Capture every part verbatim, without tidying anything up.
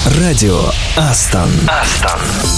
Радио Астон. Астон.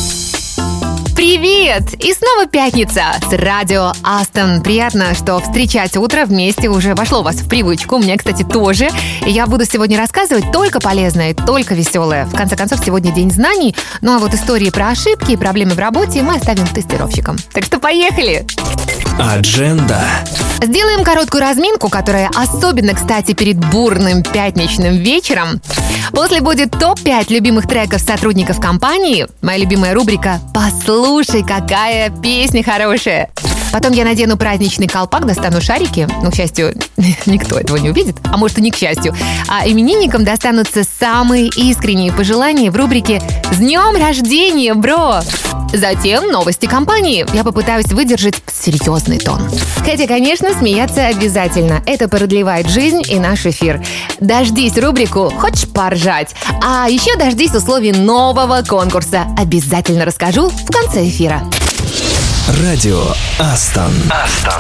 Привет! И снова пятница с радио Астон. Приятно, что встречать утро вместе уже вошло у вас в привычку. У меня, кстати, тоже. И я буду сегодня рассказывать только полезное, только веселое. В конце концов, сегодня день знаний. Ну а вот истории про ошибки и проблемы в работе мы оставим тестировщикам. Так что поехали! Адженда. Сделаем короткую разминку, которая особенно, кстати, перед бурным пятничным вечером. После будет топ пять любимых треков сотрудников компании. Моя любимая рубрика «Послушай, какая песня хорошая». Потом я надену праздничный колпак, достану шарики. Ну, к счастью, никто этого не увидит, а может и не к счастью. А именинникам достанутся самые искренние пожелания в рубрике «С днем рождения, бро!». Затем новости компании. Я попытаюсь выдержать серьезный тон. Хотя, конечно, смеяться обязательно. Это продлевает жизнь и наш эфир. Дождись рубрику «Хочешь поржать?». А еще дождись условий нового конкурса. Обязательно расскажу в конце эфира. Радио Астон. Астон.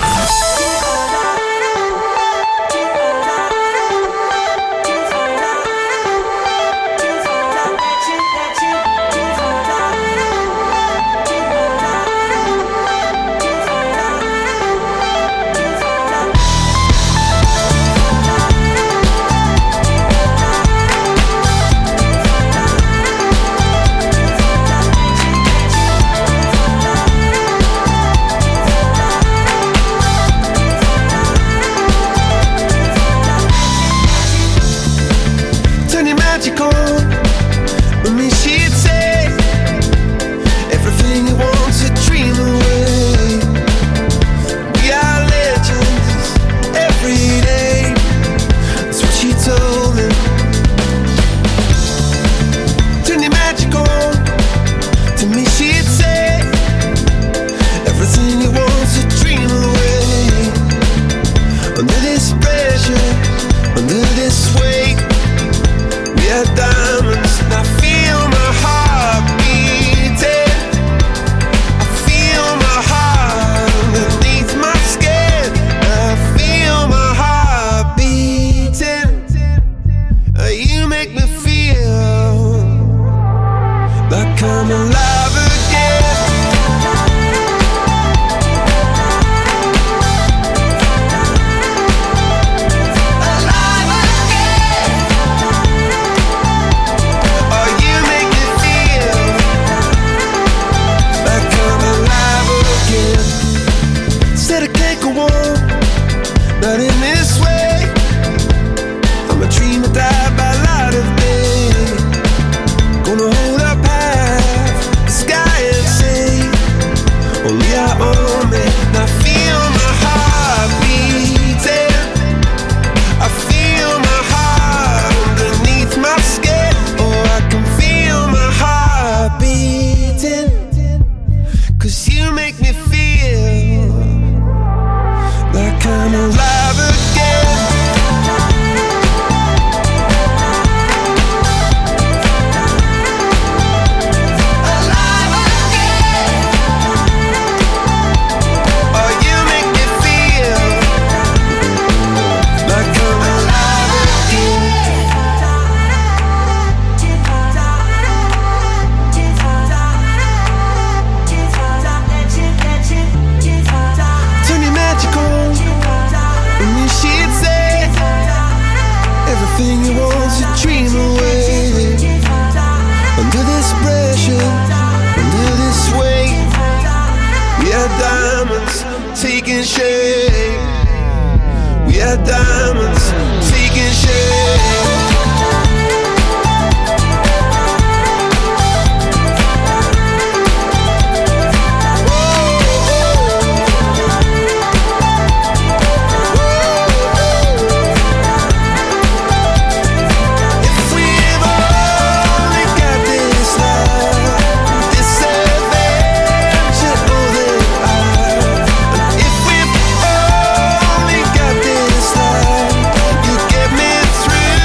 Through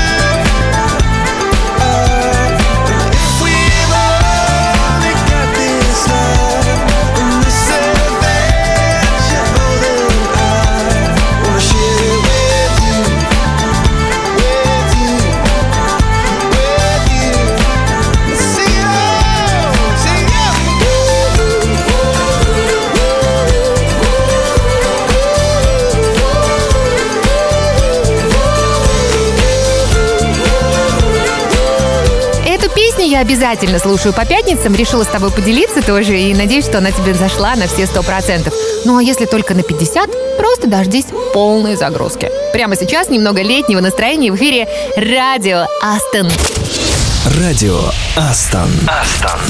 Песню я обязательно слушаю по пятницам, решила с тобой поделиться тоже и надеюсь, что она тебе зашла на все сто процентов. Ну а если только на пятьдесят, просто дождись полной загрузки. Прямо сейчас немного летнего настроения в эфире Радио Астон. Радио Астон. Астон.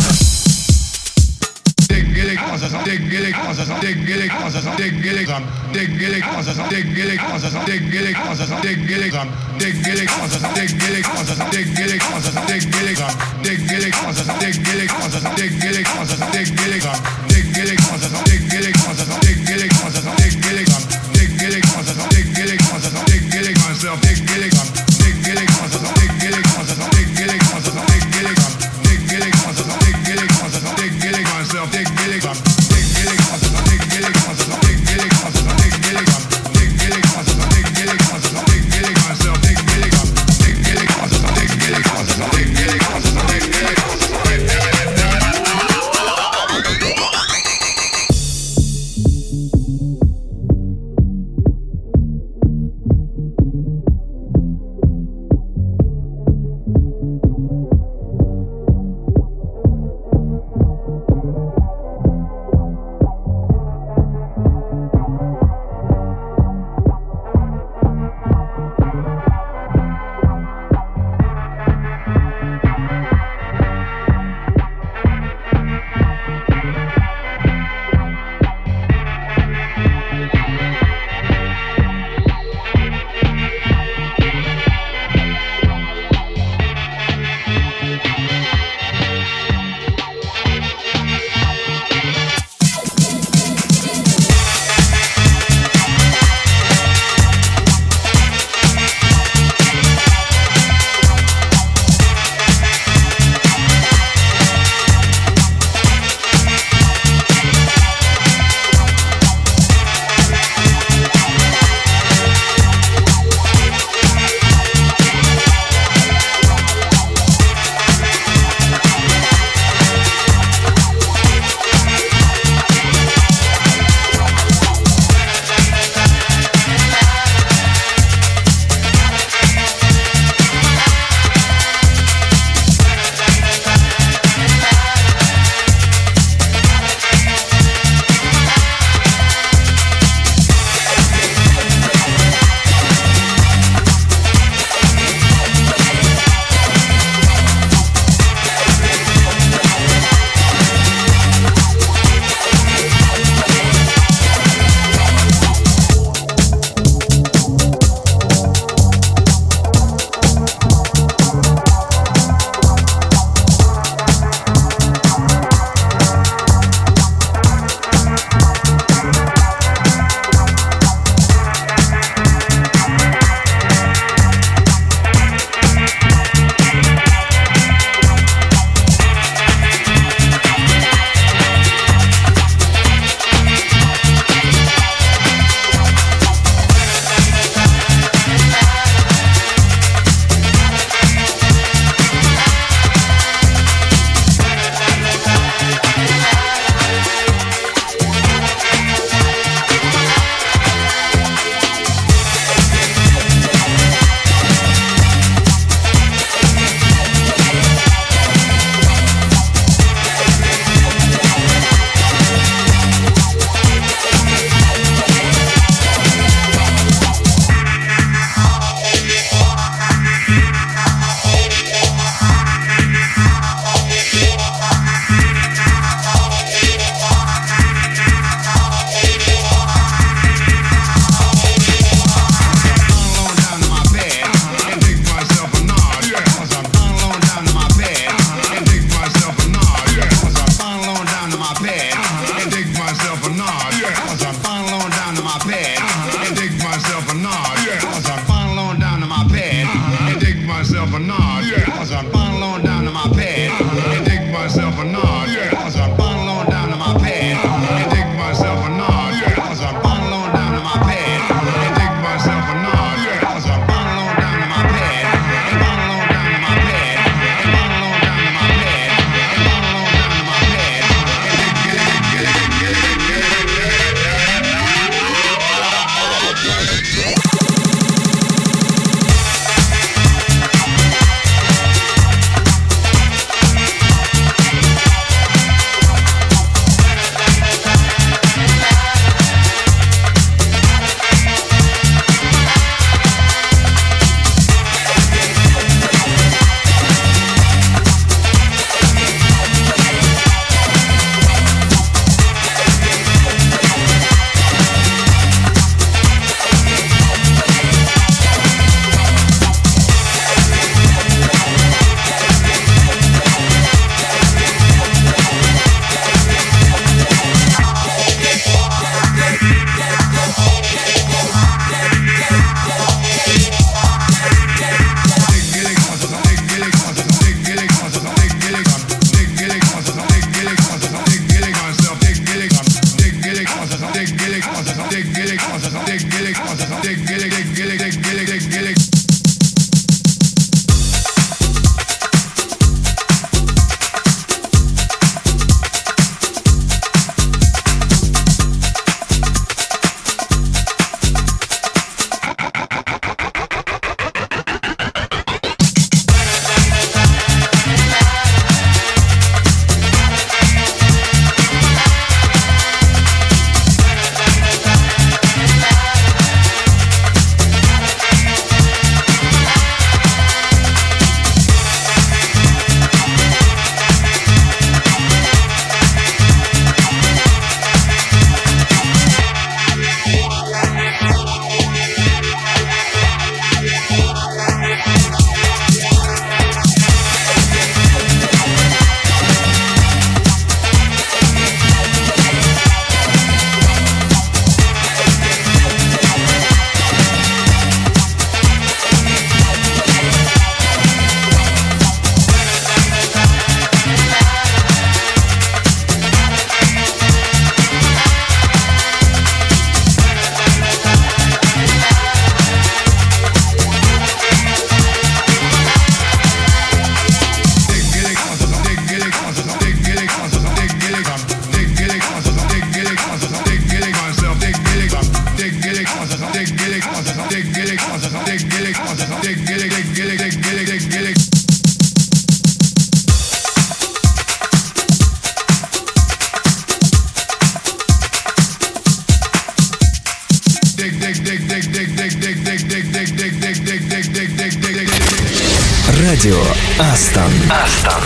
Радио Астон. Астон.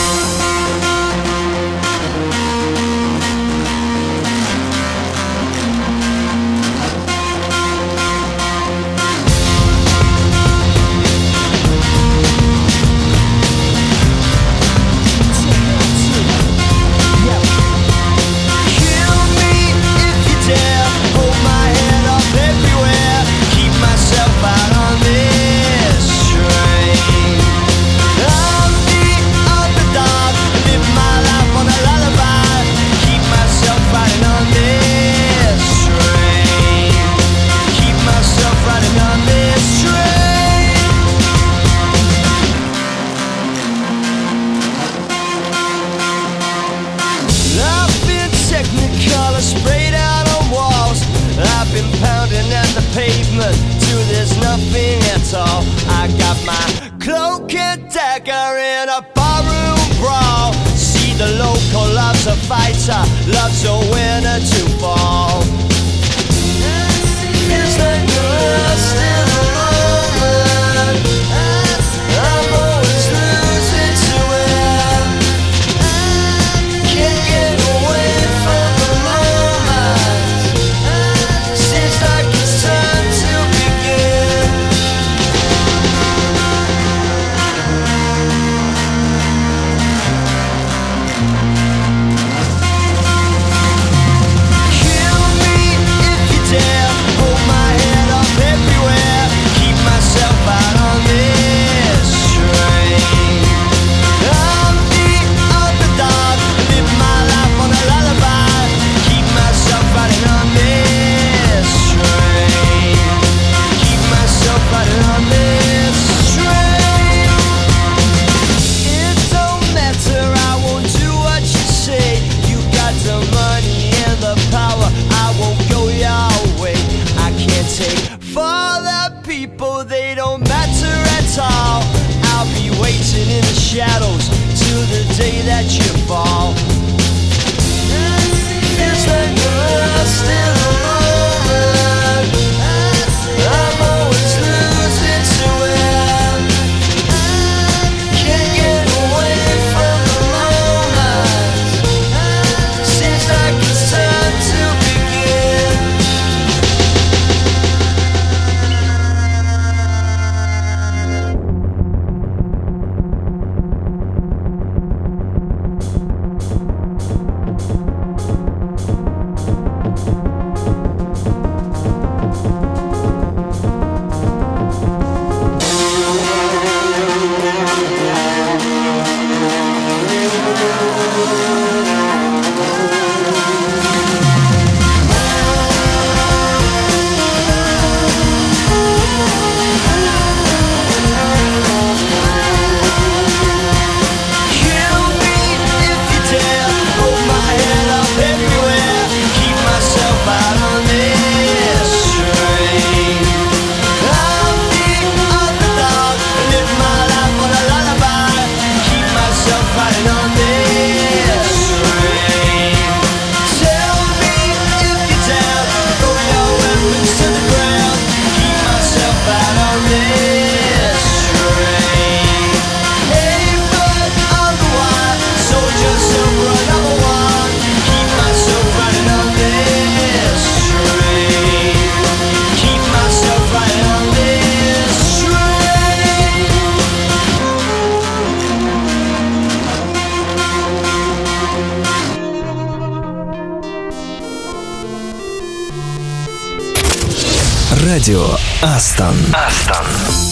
Радио Астон. Астон.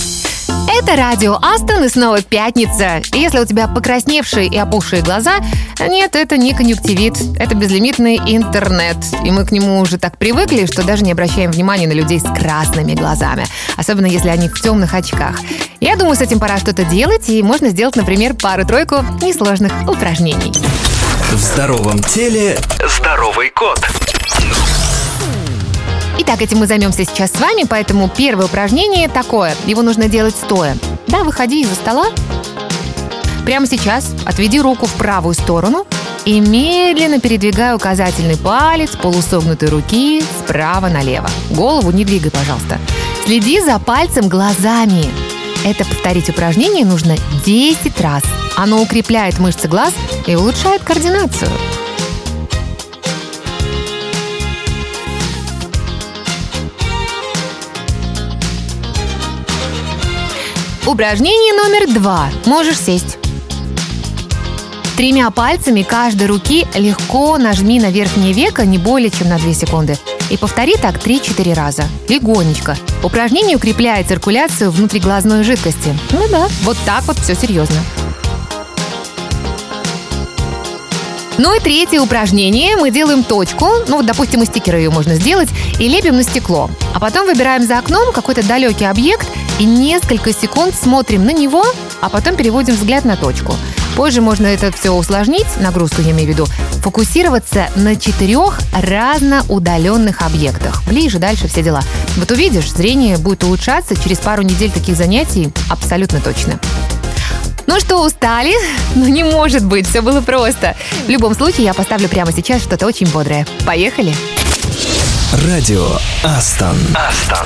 Это Радио Астон, и снова пятница. И если у тебя покрасневшие и опухшие глаза, нет, это не конъюнктивит, это безлимитный интернет. И мы к нему уже так привыкли, что даже не обращаем внимания на людей с красными глазами. Особенно если они в темных очках. Я думаю, с этим пора что-то делать, и можно сделать, например, пару-тройку несложных упражнений. В здоровом теле здоровый кот. Итак, этим мы займемся сейчас с вами, поэтому первое упражнение такое. Его нужно делать стоя. Да, выходи из-за стола. Прямо сейчас отведи руку в правую сторону и медленно передвигай указательный палец полусогнутой руки справа налево. Голову не двигай, пожалуйста. Следи за пальцем глазами. Это повторить упражнение нужно десять раз. Оно укрепляет мышцы глаз и улучшает координацию. Упражнение номер два. Можешь сесть. Тремя пальцами каждой руки легко нажми на верхнее веко не более чем на две секунды. И повтори так три-четыре раза. Легонечко. Упражнение укрепляет циркуляцию внутриглазной жидкости. Ну да, вот так вот все серьезно. Ну и третье упражнение. Мы делаем точку, ну вот, допустим, из стикера ее можно сделать, и лепим на стекло. А потом выбираем за окном какой-то далекий объект и несколько секунд смотрим на него, а потом переводим взгляд на точку. Позже можно это все усложнить, нагрузку я имею в виду, фокусироваться на четырех разноудаленных объектах. Ближе, дальше, все дела. Вот увидишь, зрение будет улучшаться через пару недель таких занятий абсолютно точно. Ну что, устали? Ну не может быть, все было просто. В любом случае, я поставлю прямо сейчас что-то очень бодрое. Поехали! Радио Астон. Астон.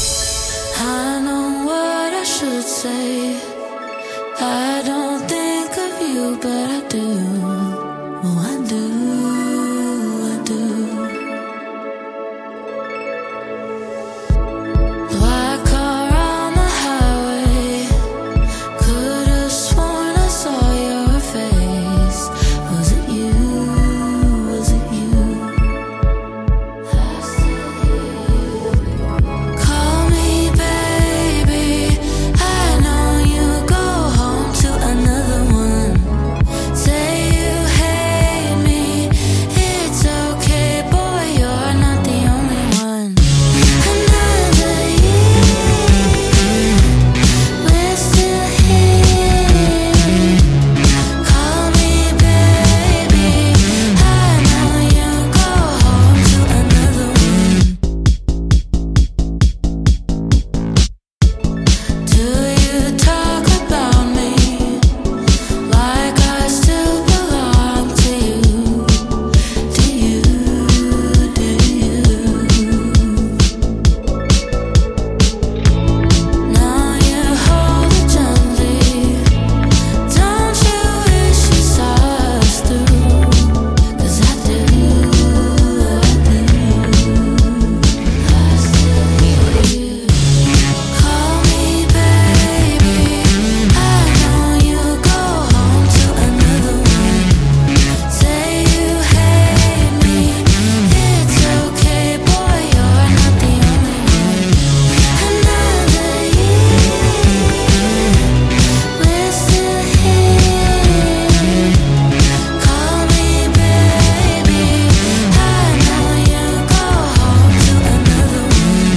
I don't think of you, but I do. Oh, I do, I do. Black car on the highway. Could have sworn I saw your face. Was it you? Was it you? I still hear you. Call me baby. I know you go to another one. Say you hate me. It's okay, boy, you're not the only one. Another year, we're still here. Call me baby. I know you go home to another one. Do you talk about me like I still belong to you? Do you, do you? Now you hold it gently. Don't you wish you saw us through? 'Cause I do, I do. I still hear you. Call me baby. I know you go home to another one. Say you hate me. It's okay, boy, you're not the only one. Another year, we're still here. Call me baby. I know you go home to another one.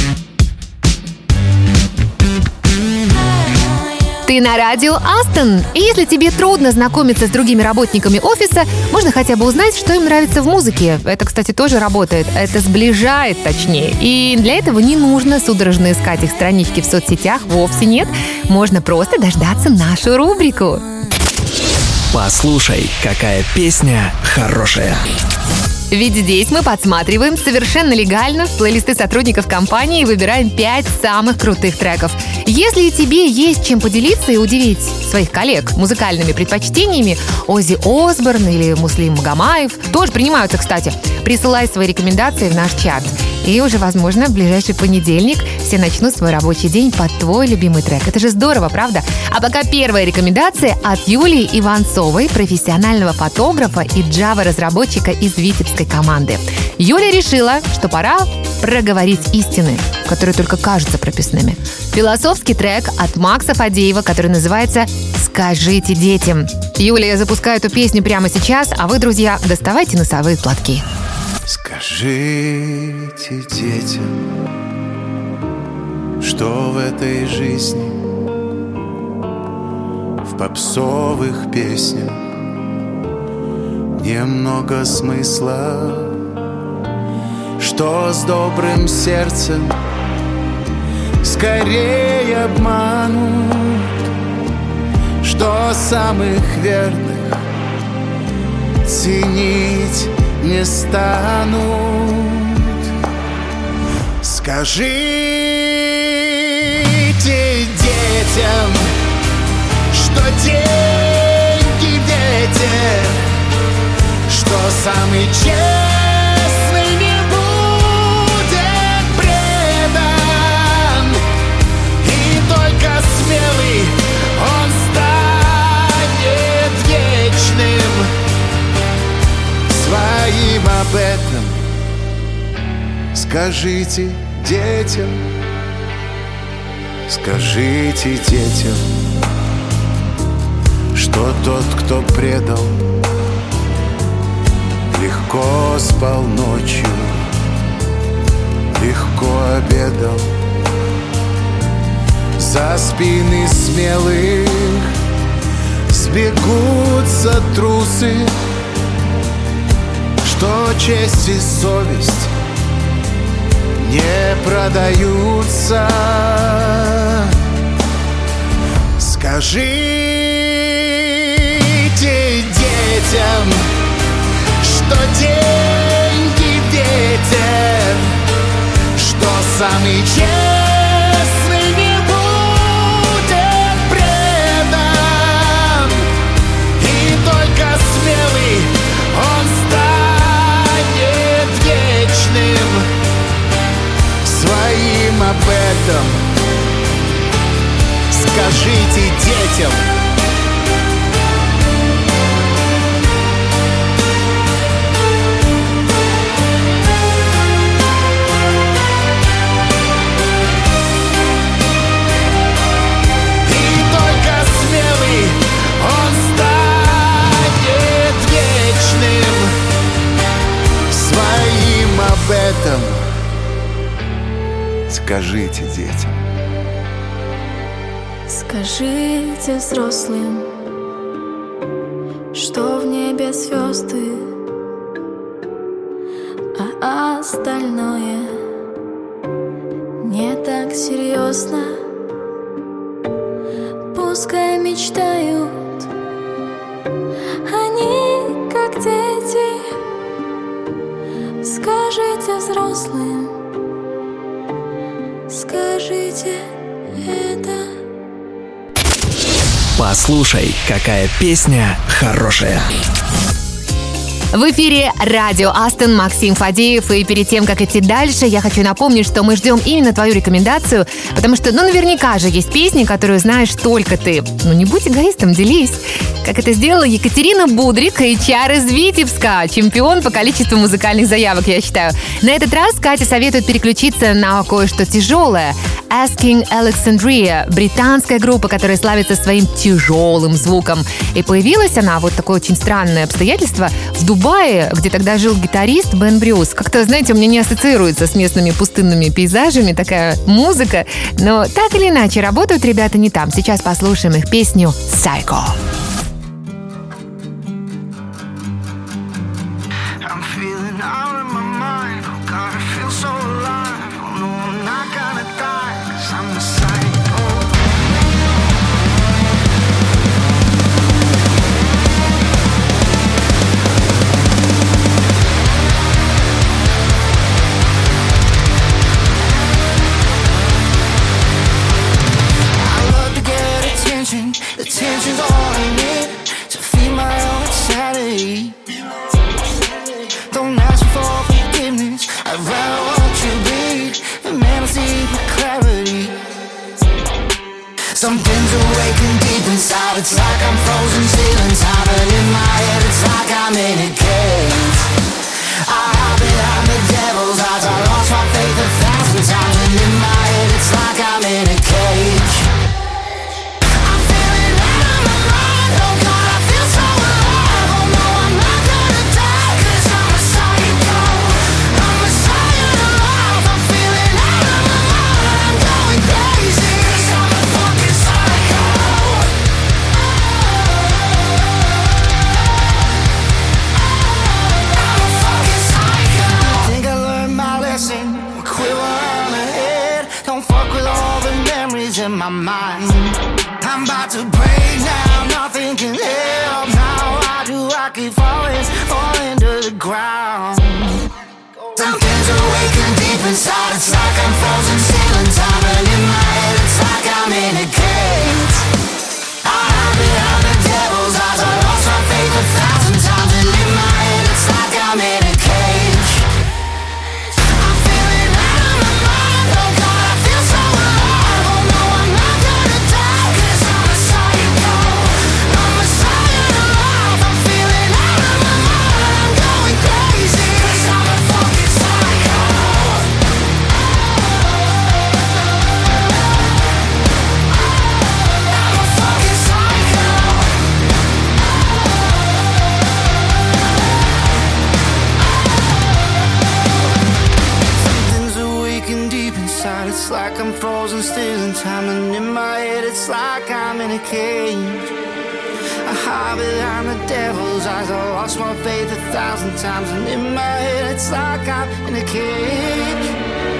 Ты на радио Астон. И если тебе трудно знакомиться с другими работниками офиса, можно хотя бы узнать, что им нравится в музыке. Это, кстати, тоже работает. Это сближает, точнее. И для этого не нужно судорожно искать их странички в соцсетях. Вовсе нет. Можно просто дождаться нашу рубрику. Послушай, какая песня хорошая. Ведь здесь мы подсматриваем совершенно легально в плейлисты сотрудников компании и выбираем пять самых крутых треков. Если тебе есть чем поделиться и удивить своих коллег музыкальными предпочтениями, Оззи Осборн или Муслим Магомаев тоже принимаются, кстати. Присылай свои рекомендации в наш чат. И уже, возможно, в ближайший понедельник все начнут свой рабочий день под твой любимый трек. Это же здорово, правда? А пока первая рекомендация от Юлии Иванцовой, профессионального фотографа и Java-разработчика из витебской команды. Юля решила, что пора проговорить истины, которые только кажутся прописными. Философский трек от Макса Фадеева, который называется «Скажите детям». Юлия запускает эту песню прямо сейчас, а вы, друзья, доставайте носовые платки. Скажите детям, что в этой жизни, в попсовых песнях немного смысла, что с добрым сердцем скорее обманут, что самых верных ценить не станут. Скажите детям, детям, что деньги в ветер, что самый честный не будет предан, и только смелый он станет вечным. Своим об этом скажите детям, скажите детям, что тот, кто предал, легко спал ночью, легко обедал. За спины смелых сбегутся трусы, что честь и совесть не продаются. Скажите детям, что деньги в ветер, что самый честный не будет предан, и только смелый он станет вечным. Своим об этом скажите детям. И только смелый он станет вечным. Своим об этом скажите детям. Скажите взрослым, что в небе звезды, а остальное не так серьезно. Пускай мечтают они, как дети. Скажите взрослым, скажите это. Послушай, какая песня хорошая. В эфире радио Астон, Максим Фадеев. И перед тем, как идти дальше, я хочу напомнить, что мы ждем именно твою рекомендацию, потому что, ну, наверняка же есть песни, которую знаешь только ты. Ну, не будь эгоистом, делись. Как это сделала Екатерина Будрик, эйч ар из Витебска, чемпион по количеству музыкальных заявок, я считаю. На этот раз Катя советует переключиться на кое-что тяжелое. Asking Alexandria, британская группа, которая славится своим тяжелым звуком. И появилась она, вот такое очень странное обстоятельство, в Дубае, где тогда жил гитарист Бен Брюс. Как-то, знаете, у меня не ассоциируется с местными пустынными пейзажами такая музыка, но так или иначе работают ребята не там. Сейчас послушаем их песню «Psycho». Attention's all I need to feed my own insanity. Don't ask me for a cage. I hide behind the devil's eyes. I lost my faith a thousand times, and in my head it's like I'm in a cage.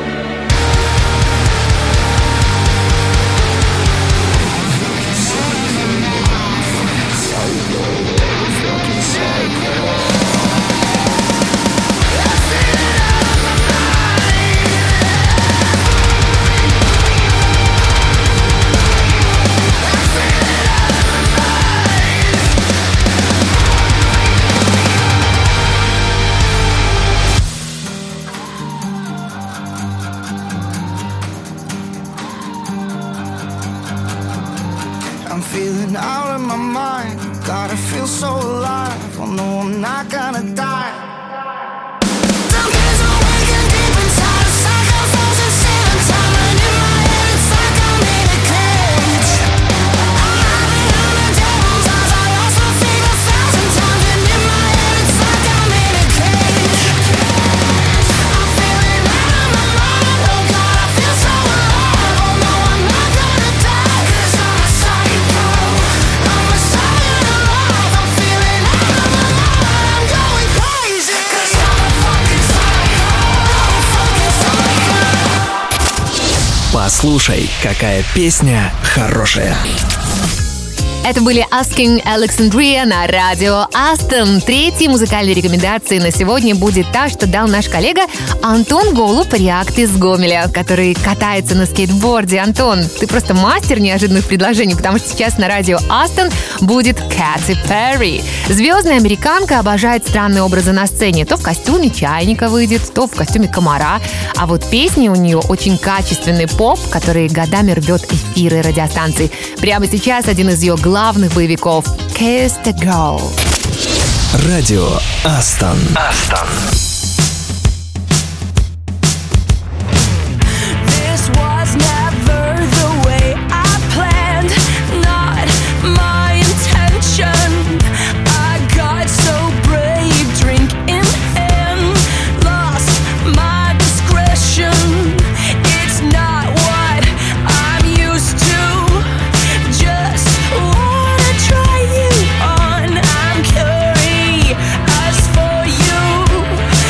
I'm feeling out of my mind. God, I feel so alive. Oh no, I'm not gonna die. Some days I'm waking deep inside. It's like I'm frozen still in time. And in my head it's like I'm in a cage. I'm hiding under devil's eyes. I lost my faith a thousand times. And in my head it's like I'm in a cage. I'm feeling out of my mind. Oh God, I feel so alive. Oh no, I'm not gonna die. 'Cause I'm a psycho. I'm a silent alive. I'm feeling out of my mind. I'm going crazy. 'Cause I'm a fucking psycho. I'm a fucking psycho. Послушай, какая песня хорошая. Это были Asking Alexandria на радио Астон. Третьей музыкальной рекомендацией на сегодня будет та, что дал наш коллега Антон Голуб, реакт из Гомеля, который катается на скейтборде. Антон, ты просто мастер неожиданных предложений, потому что сейчас на радио Астон будет Кэти Перри. Звездная американка обожает странные образы на сцене. То в костюме чайника выйдет, то в костюме комара. А вот песни у нее очень качественный поп, который годами рвет эфиры радиостанций. Прямо сейчас один из ее главных боевиков «Kiss the Girl». Радио Астон. Астон. This was never the way I planned, not my intention. I got so brave, drink in hand, lost my discretion. It's not what I'm used to. Just wanna try you on. I'm curious for you.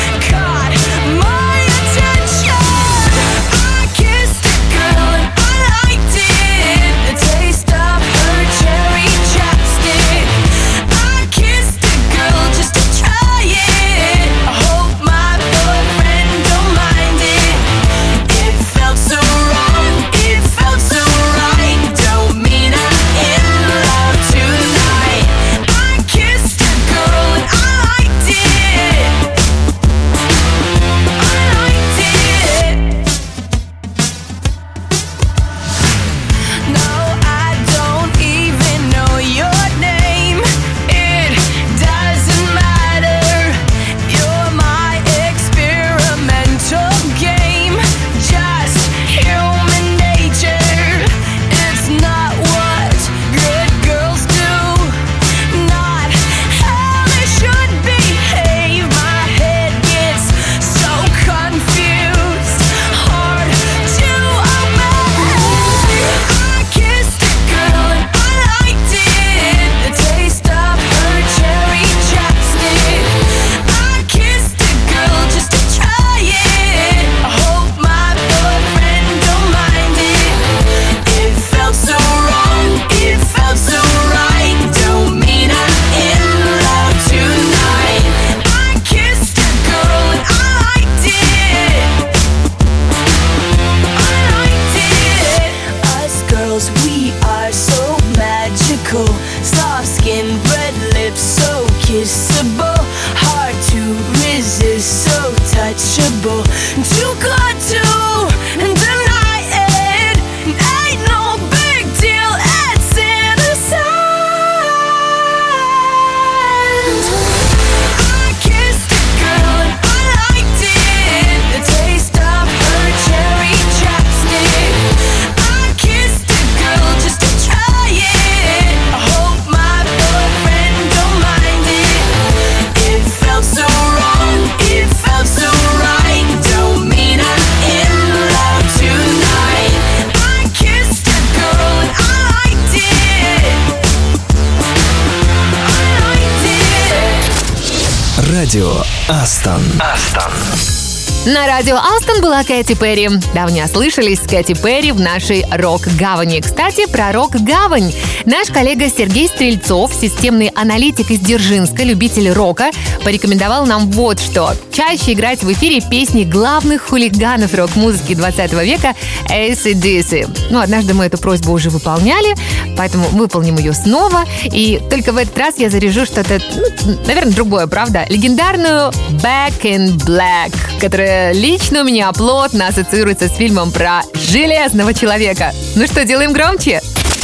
Радио Астон. Астон. На радио Астон была Кэти Перри. Давно слышались с Кэти Перри в нашей рок-гавани. Кстати, про рок-гавань. Наш коллега Сергей Стрельцов, системный аналитик из Дзержинска, любитель рока, порекомендовал нам вот что. Чаще играть в эфире песни главных хулиганов рок-музыки двадцатого века эй си ди си. Ну, однажды мы эту просьбу уже выполняли, поэтому выполним ее снова. И только в этот раз я заряжу что-то, ну, наверное, другое, правда? Легендарную Back in Black, которая лично у меня плотно ассоциируется с фильмом про Железного человека. Ну что, делаем громче?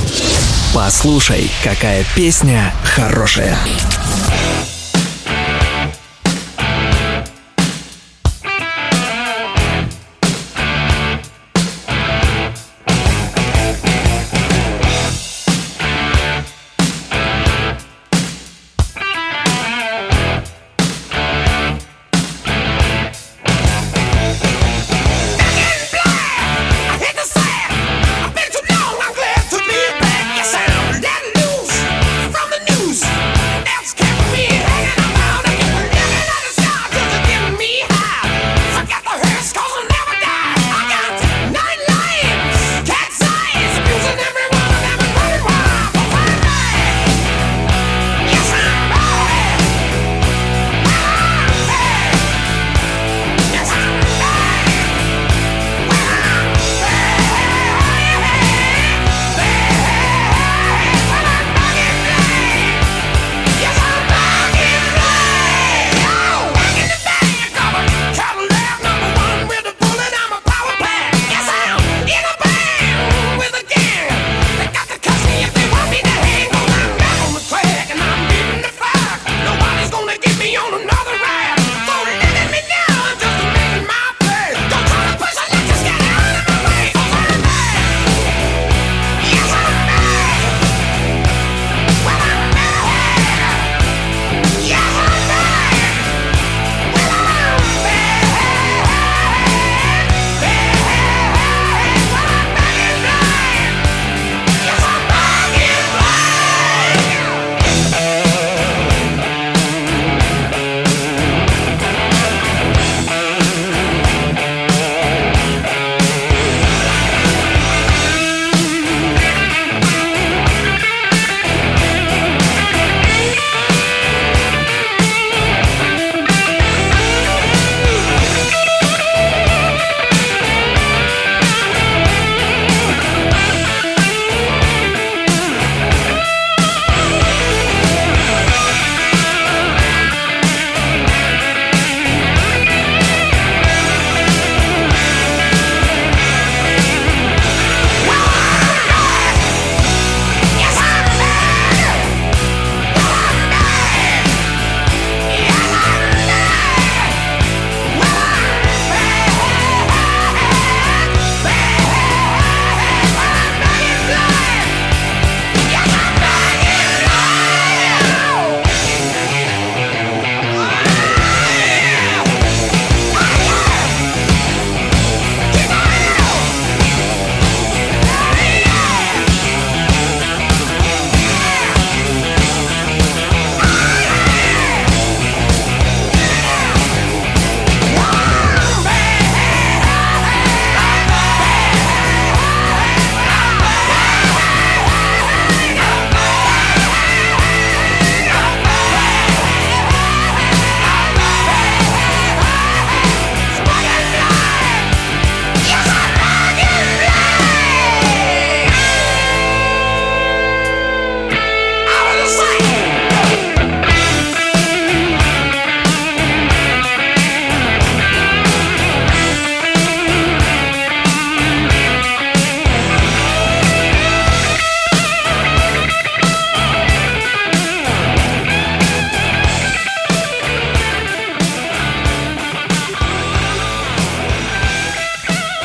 Послушай, какая песня хорошая.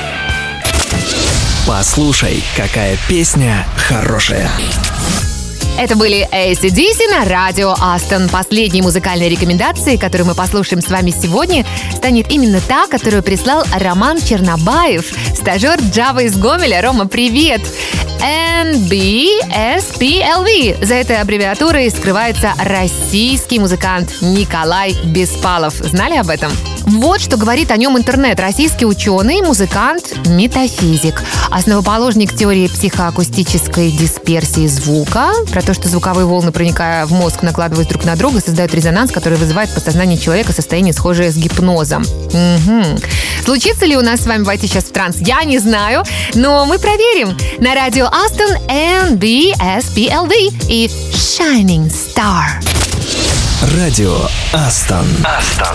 Послушай, какая песня хорошая. Это были эй си ди си на радио Астон. Последней музыкальной рекомендацией, которую мы послушаем с вами сегодня, станет именно та, которую прислал Роман Чернобаев, стажер Java из Гомеля. Рома, привет! эн би эс пи эл ви. За этой аббревиатурой скрывается российский музыкант Николай Беспалов. Знали об этом? Вот что говорит о нем интернет. Российский ученый, музыкант, метафизик. Основоположник теории психоакустической дисперсии звука. Про то, что звуковые волны, проникая в мозг, накладываясь друг на друга, создают резонанс, который вызывает в подсознании человека состояние, схожее с гипнозом. Угу. Случится ли у нас с вами войти сейчас в транс? Я не знаю, но мы проверим. На радио Астон эн би эс пи эл ви и Shining Star. Радио Астон. Астон.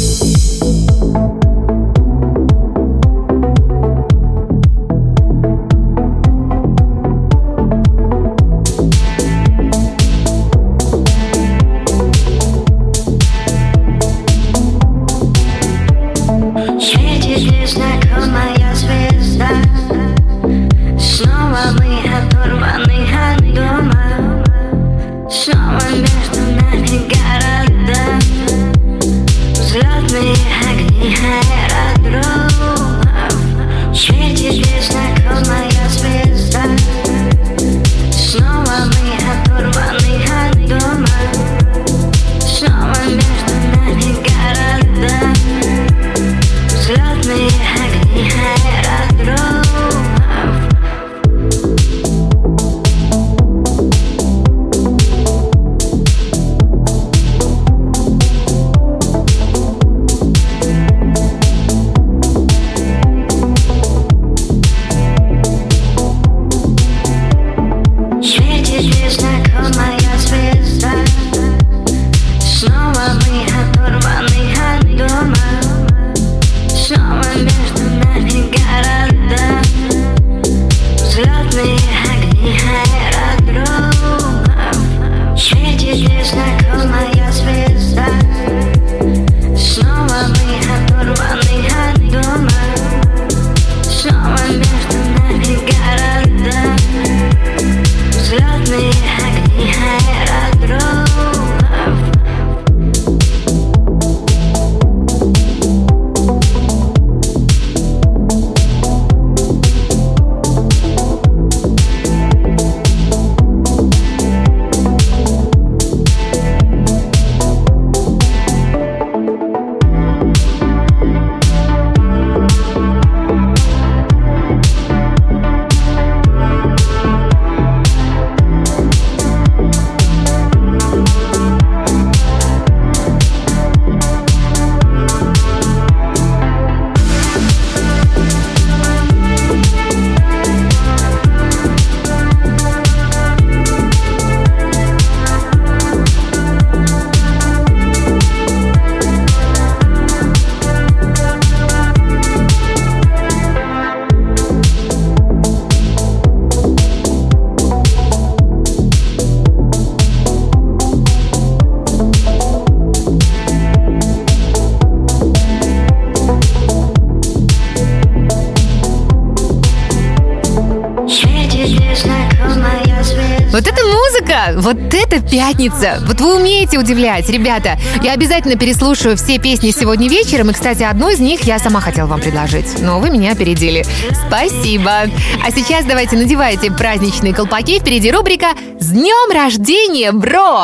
Вот это музыка, вот это пятница. Вот вы умеете удивлять, ребята. Я обязательно переслушаю все песни сегодня вечером. И, кстати, одну из них я сама хотела вам предложить. Но вы меня опередили. Спасибо. А сейчас давайте надевайте праздничные колпаки. Впереди рубрика «С днем рождения, бро!»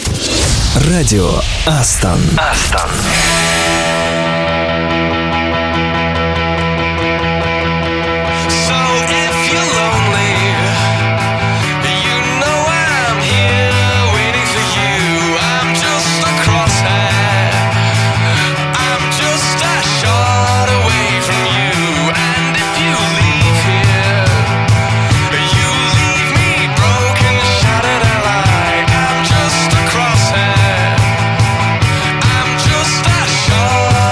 Радио Астон. Астон. Just a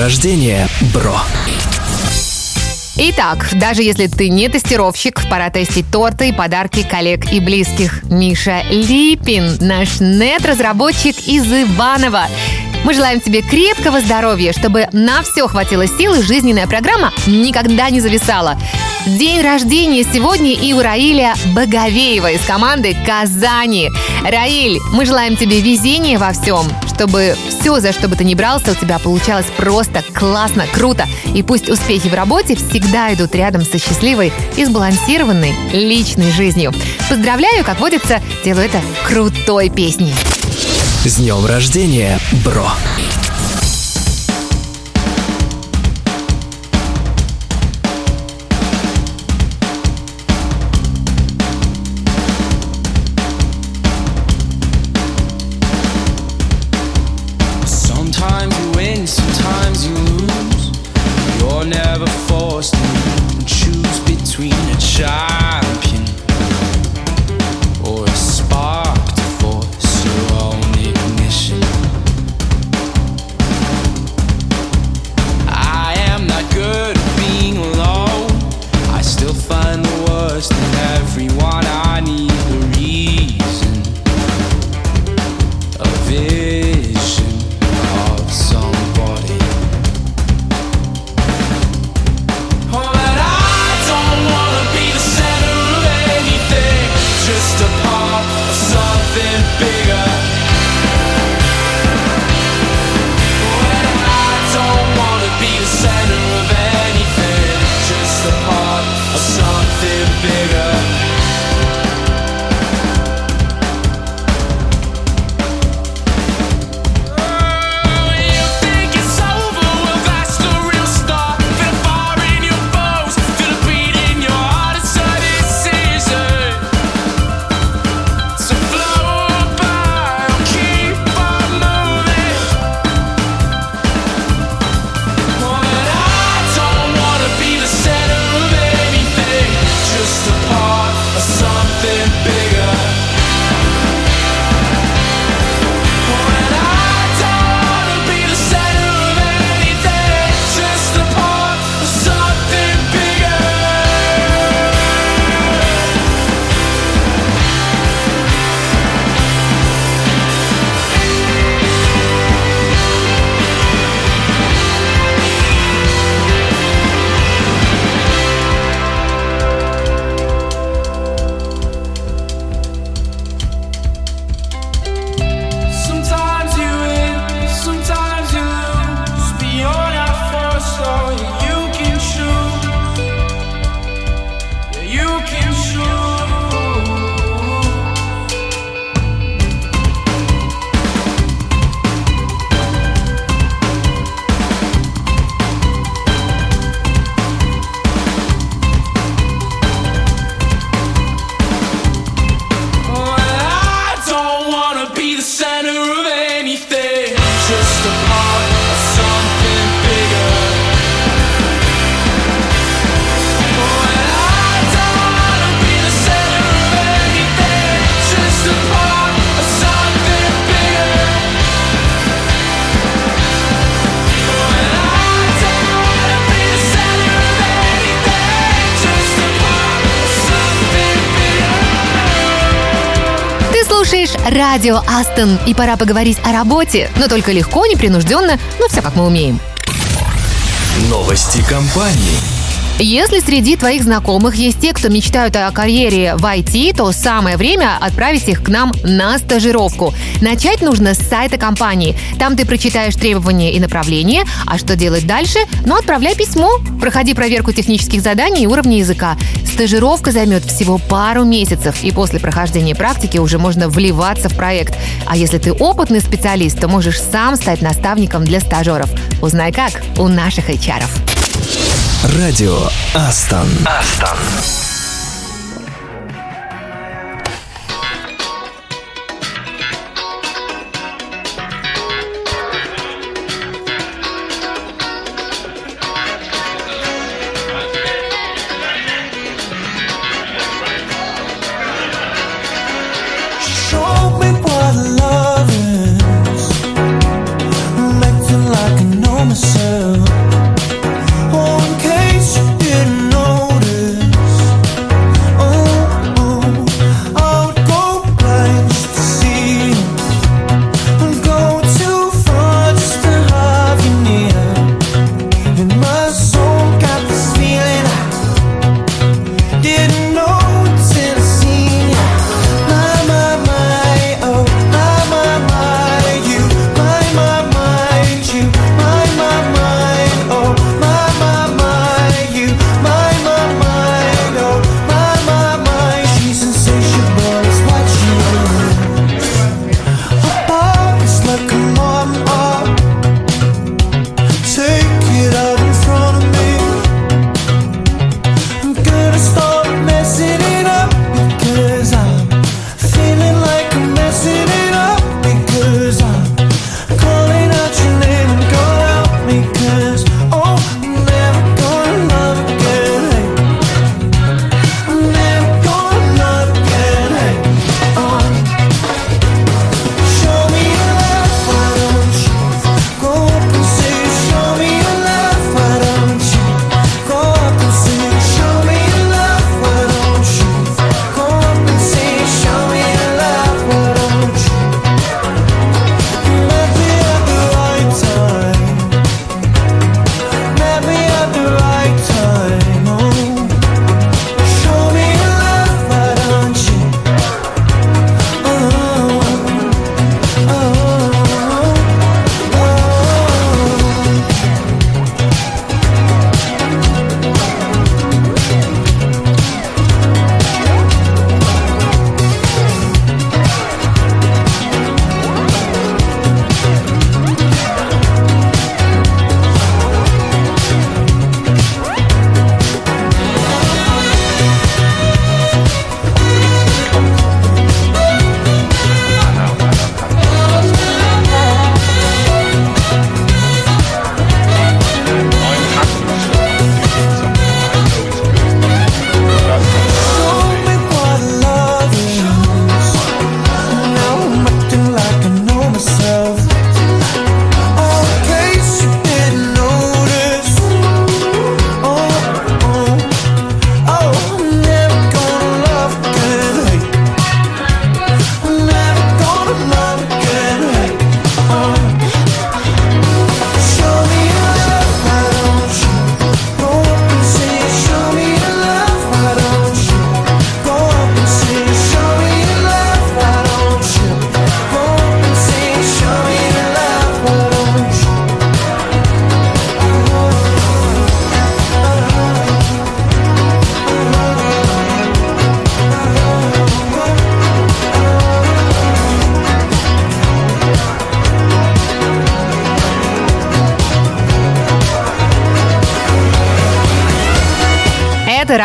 рождения, бро. Итак, даже если ты не тестировщик, пора тестить торты и подарки коллег и близких. Миша Липин, наш нет-разработчик из Иваново. Мы желаем тебе крепкого здоровья, чтобы на все хватило сил и жизненная программа никогда не зависала. День рождения сегодня и у Раиля Боговеева из команды «Казани». Раиль, мы желаем тебе везения во всем, чтобы все, за что бы ты ни брался, у тебя получалось просто классно, круто. И пусть успехи в работе всегда идут рядом со счастливой и сбалансированной личной жизнью. Поздравляю, как водится, делаю это крутой песней. С днем рождения, бро! Sometimes you win, sometimes you lose. You're never forced to choose between a champion or a spark to force your own ignition. I am not good at being alone. I still find the worst in everyone. I need a reason, a vision of somebody. Oh, but I don't wanna be the center of anything, just a part of something bigger. Oh, and I don't wanna be the center of anything, just a part of something bigger. You think it's over? Well, that's the real start. Feel the fire in your bones, feel the beat in your heart. It's a decision to float by or keep on moving. Oh, but I don't wanna be the center of anything, just a part of something bigger. Oh, and I don't wanna be the center of anything, just a part of something bigger. Sometimes you win, sometimes you lose. Beyond our force, oh, yeah, you can choose. Yeah, you can choose. Oh, and I don't wanna be the center of anything, just a part of something bigger. Oh, and I don't wanna be the center of anything, just a part of something bigger. Oh, and I don't wanna be the center of anything, just a part of something bigger. Ты слушаешь радио Астон, и пора поговорить о работе, но только легко, непринужденно, ну все как мы умеем. Новости компании. Если среди твоих знакомых есть те, кто мечтают о карьере в ай ти, то самое время отправить их к нам на стажировку. Начать нужно с сайта компании. Там ты прочитаешь требования и направления, а что делать дальше? Ну, отправляй письмо, проходи проверку технических заданий и уровня языка. Стажировка займет всего пару месяцев, и после прохождения практики уже можно вливаться в проект. А если ты опытный специалист, то можешь сам стать наставником для стажеров. Узнай как у наших эйч ар-ов. Радио Астон. Астон. Show me what love is. I'm acting like I know myself.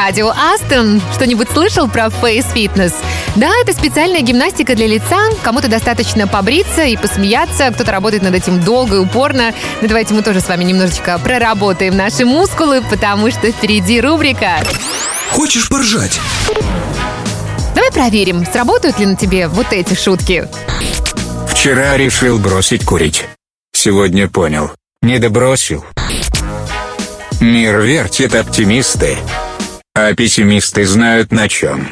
радио Астон. Что-нибудь слышал про Face Fitness? Да, это специальная гимнастика для лица. Кому-то достаточно побриться и посмеяться, кто-то работает над этим долго и упорно. Но давайте мы тоже с вами немножечко проработаем наши мускулы, потому что впереди рубрика Хочешь поржать? Давай проверим, сработают ли на тебе вот эти шутки. Вчера решил бросить курить. Сегодня понял, не добросил. Мир вертит оптимисты, а пессимисты знают на чем.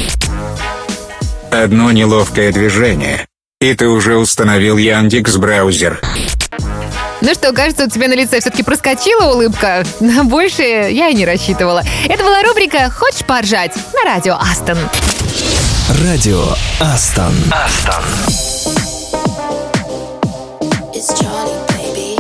Одно неловкое движение, и ты уже установил Яндекс.Браузер. Ну что, кажется, у тебя на лице все-таки проскочила улыбка. На большее я и не рассчитывала. Это была рубрика «Хочешь поржать?» на радио Астон. Радио Астон. Астон. It's Charlie, baby.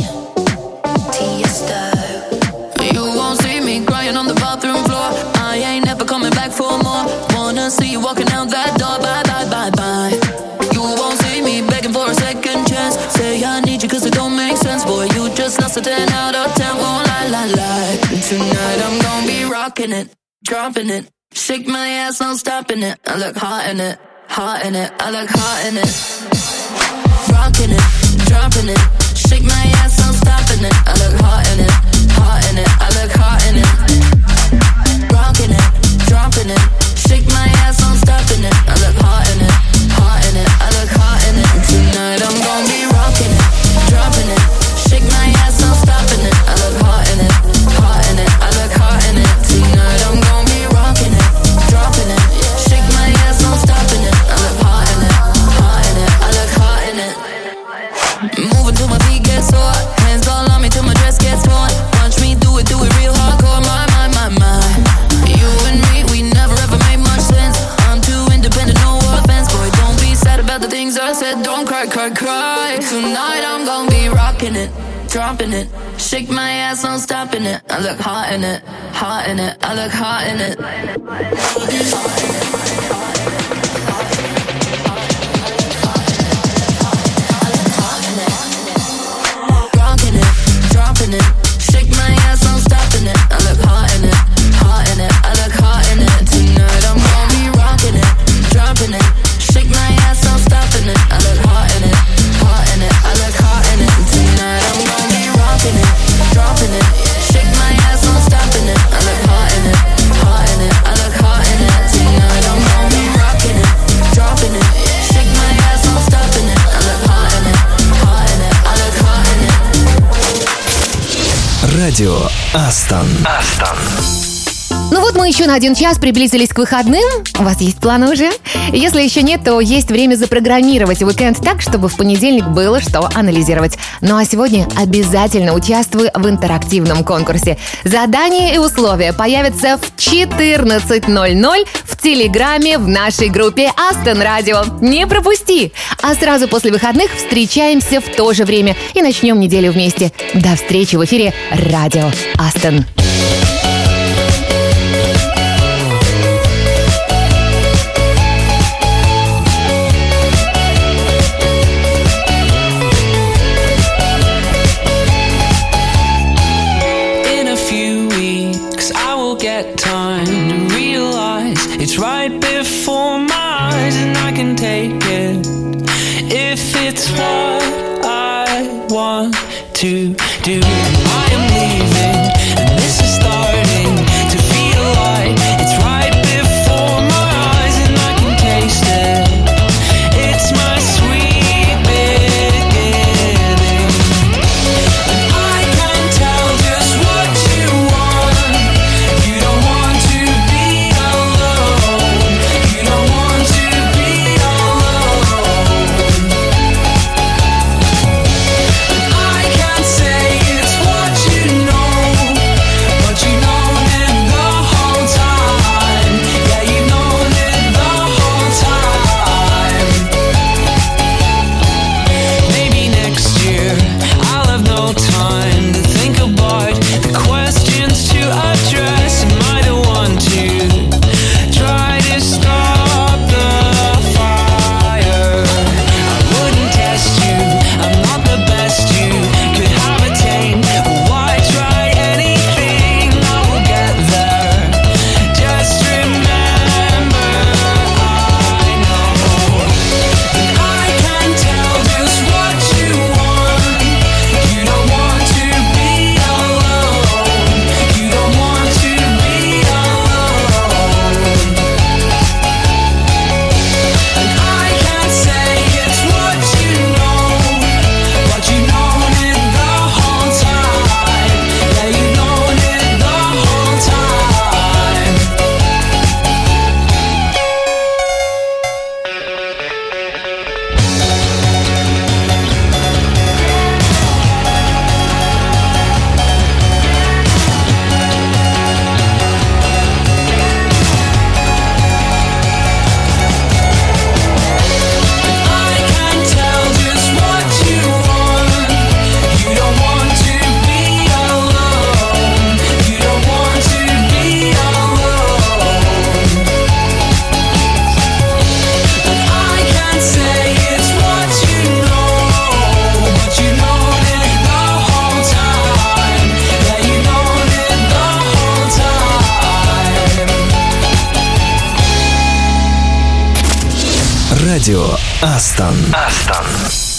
Tiesto. You won't see me crying on the bathroom floor. I ain't never coming back for more. Wanna see you walking out that door. Bye, bye, bye, bye. You won't see me begging for a second chance. Say I need you cause it don't make sense. Boy, you just lost a ten out of ten. Won't lie, lie, lie. Tonight I'm gonna be rocking it, dropping it. Shake my ass, no stopping it. I look hot in it, hot in it. I look hot in it. Rocking it, dropping it. Shake my ass, no stopping it. I look hot in it, hot in it. I look hot in it. Rocking it, dropping it. Shake my ass, no stopping it. I look hot in it, hot in it. I look hot in it. Tonight I'm gonna be rocking it, dropping it. Shake my ass, no stopping it. I look hot in it, hot in it. I look hot in it. Tonight I'm gonna be rocking it, dropping it. Shake my ass, no stopping it. I look hot in it, hot in it. I look hot in it. Moving till my feet get sore. Hands all on me till my dress gets torn. Watch me do it, do it real hardcore. My, my, my, my. You and me, we never ever made much sense. I'm too independent, no offense. Boy, don't be sad about the things I said. Don't cry, cry, cry. Tonight I'm gonna be rocking it, dropping it. Shake my ass, no stopping it. I look hot in it, hot in it. I look hot in it. Rocking it, dropping it. Shake my ass, no stopping it. I look hot in it, hot in it. I look hot in it. Tonight I'm gonna be rocking it, dropping it. Shake my ass, no stopping it. I look hot in it, hot in it. I look hot in it. Tonight I'm gonna be rocking it, dropping it. Shake my ass, no stopping it. I look hot in it, hot in it. I look hot in it. Tonight I'm gonna be rocking it, dropping it. Shake my ass, no stopping it. I look hot in it, hot in it. I look hot in it. Радио Астон. Астон. Ну вот мы еще на один час приблизились к выходным. У вас есть планы уже? Если еще нет, то есть время запрограммировать уикенд так, чтобы в понедельник было что анализировать. Ну а сегодня обязательно участвуй в интерактивном конкурсе. Задания и условия появятся в четырнадцать ноль ноль в Телеграме в нашей группе Астон Радио. Не пропусти! А сразу после выходных встречаемся в то же время и начнем неделю вместе. До встречи в эфире Радио Астон. It's right before my eyes and I can take it if it's what I want to do. I am leaving and this is starting to feel like it's right before my eyes and I can taste it. It's my sweet beginning and I can tell just what you want. You don't want to be alone. You don't want to be alone. And I can't say it's what you know. Радио Астон. Астон.